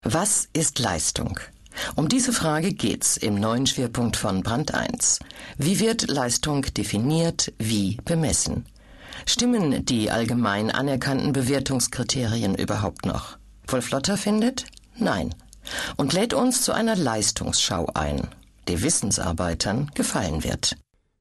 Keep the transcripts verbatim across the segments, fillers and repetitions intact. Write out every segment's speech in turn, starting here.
Was ist Leistung? Um diese Frage geht's im neuen Schwerpunkt von Brand eins. Wie wird Leistung definiert, wie bemessen? Stimmen die allgemein anerkannten Bewertungskriterien überhaupt noch? Wolf-Lotter findet, nein. Und lädt uns zu einer Leistungsschau ein, die Wissensarbeitern gefallen wird.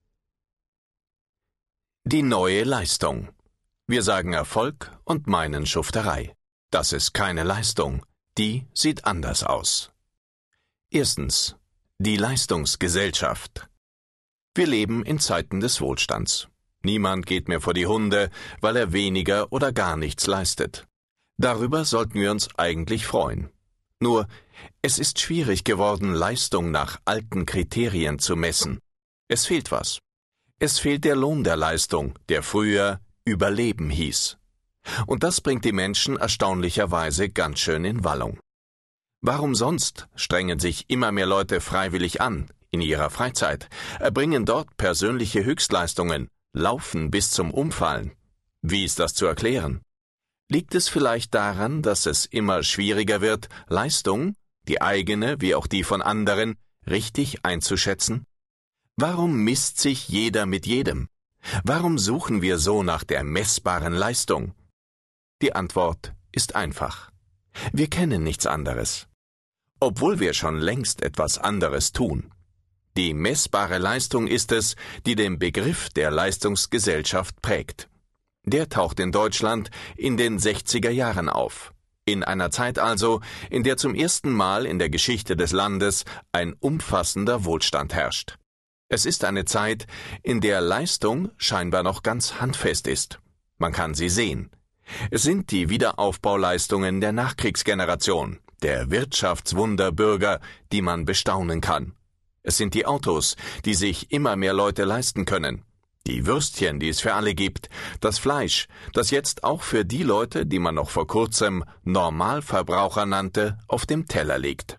Die neue Leistung. Wir sagen Erfolg und meinen Schufterei. Das ist keine Leistung. Die sieht anders aus. Erstens. Die Leistungsgesellschaft. Wir leben in Zeiten des Wohlstands. Niemand geht mehr vor die Hunde, weil er weniger oder gar nichts leistet. Darüber sollten wir uns eigentlich freuen. Nur, es ist schwierig geworden, Leistung nach alten Kriterien zu messen. Es fehlt was. Es fehlt der Lohn der Leistung, der früher Überleben hieß. Und das bringt die Menschen erstaunlicherweise ganz schön in Wallung. Warum sonst strengen sich immer mehr Leute freiwillig an, in ihrer Freizeit, erbringen dort persönliche Höchstleistungen, laufen bis zum Umfallen? Wie ist das zu erklären? Liegt es vielleicht daran, dass es immer schwieriger wird, Leistung, die eigene wie auch die von anderen, richtig einzuschätzen? Warum misst sich jeder mit jedem? Warum suchen wir so nach der messbaren Leistung? Die Antwort ist einfach. Wir kennen nichts anderes. Obwohl wir schon längst etwas anderes tun. Die messbare Leistung ist es, die den Begriff der Leistungsgesellschaft prägt. Der taucht in Deutschland in den sechziger Jahren auf. In einer Zeit also, in der zum ersten Mal in der Geschichte des Landes ein umfassender Wohlstand herrscht. Es ist eine Zeit, in der Leistung scheinbar noch ganz handfest ist. Man kann sie sehen. Es sind die Wiederaufbauleistungen der Nachkriegsgeneration, der Wirtschaftswunderbürger, die man bestaunen kann. Es sind die Autos, die sich immer mehr Leute leisten können. Die Würstchen, die es für alle gibt, das Fleisch, das jetzt auch für die Leute, die man noch vor kurzem Normalverbraucher nannte, auf dem Teller liegt.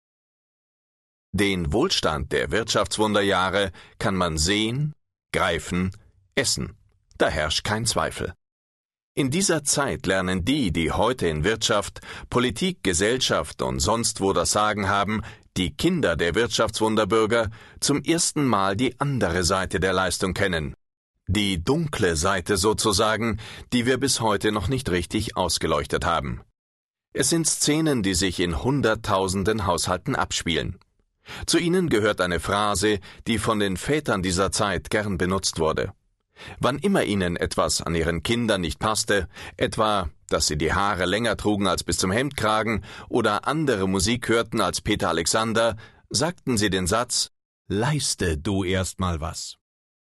Den Wohlstand der Wirtschaftswunderjahre kann man sehen, greifen, essen. Da herrscht kein Zweifel. In dieser Zeit lernen die, die heute in Wirtschaft, Politik, Gesellschaft und sonst wo das Sagen haben, die Kinder der Wirtschaftswunderbürger, zum ersten Mal die andere Seite der Leistung kennen. Die dunkle Seite sozusagen, die wir bis heute noch nicht richtig ausgeleuchtet haben. Es sind Szenen, die sich in Hunderttausenden Haushalten abspielen. Zu ihnen gehört eine Phrase, die von den Vätern dieser Zeit gern benutzt wurde. Wann immer ihnen etwas an ihren Kindern nicht passte, etwa, dass sie die Haare länger trugen als bis zum Hemdkragen oder andere Musik hörten als Peter Alexander, sagten sie den Satz: »Leiste du erst mal was.«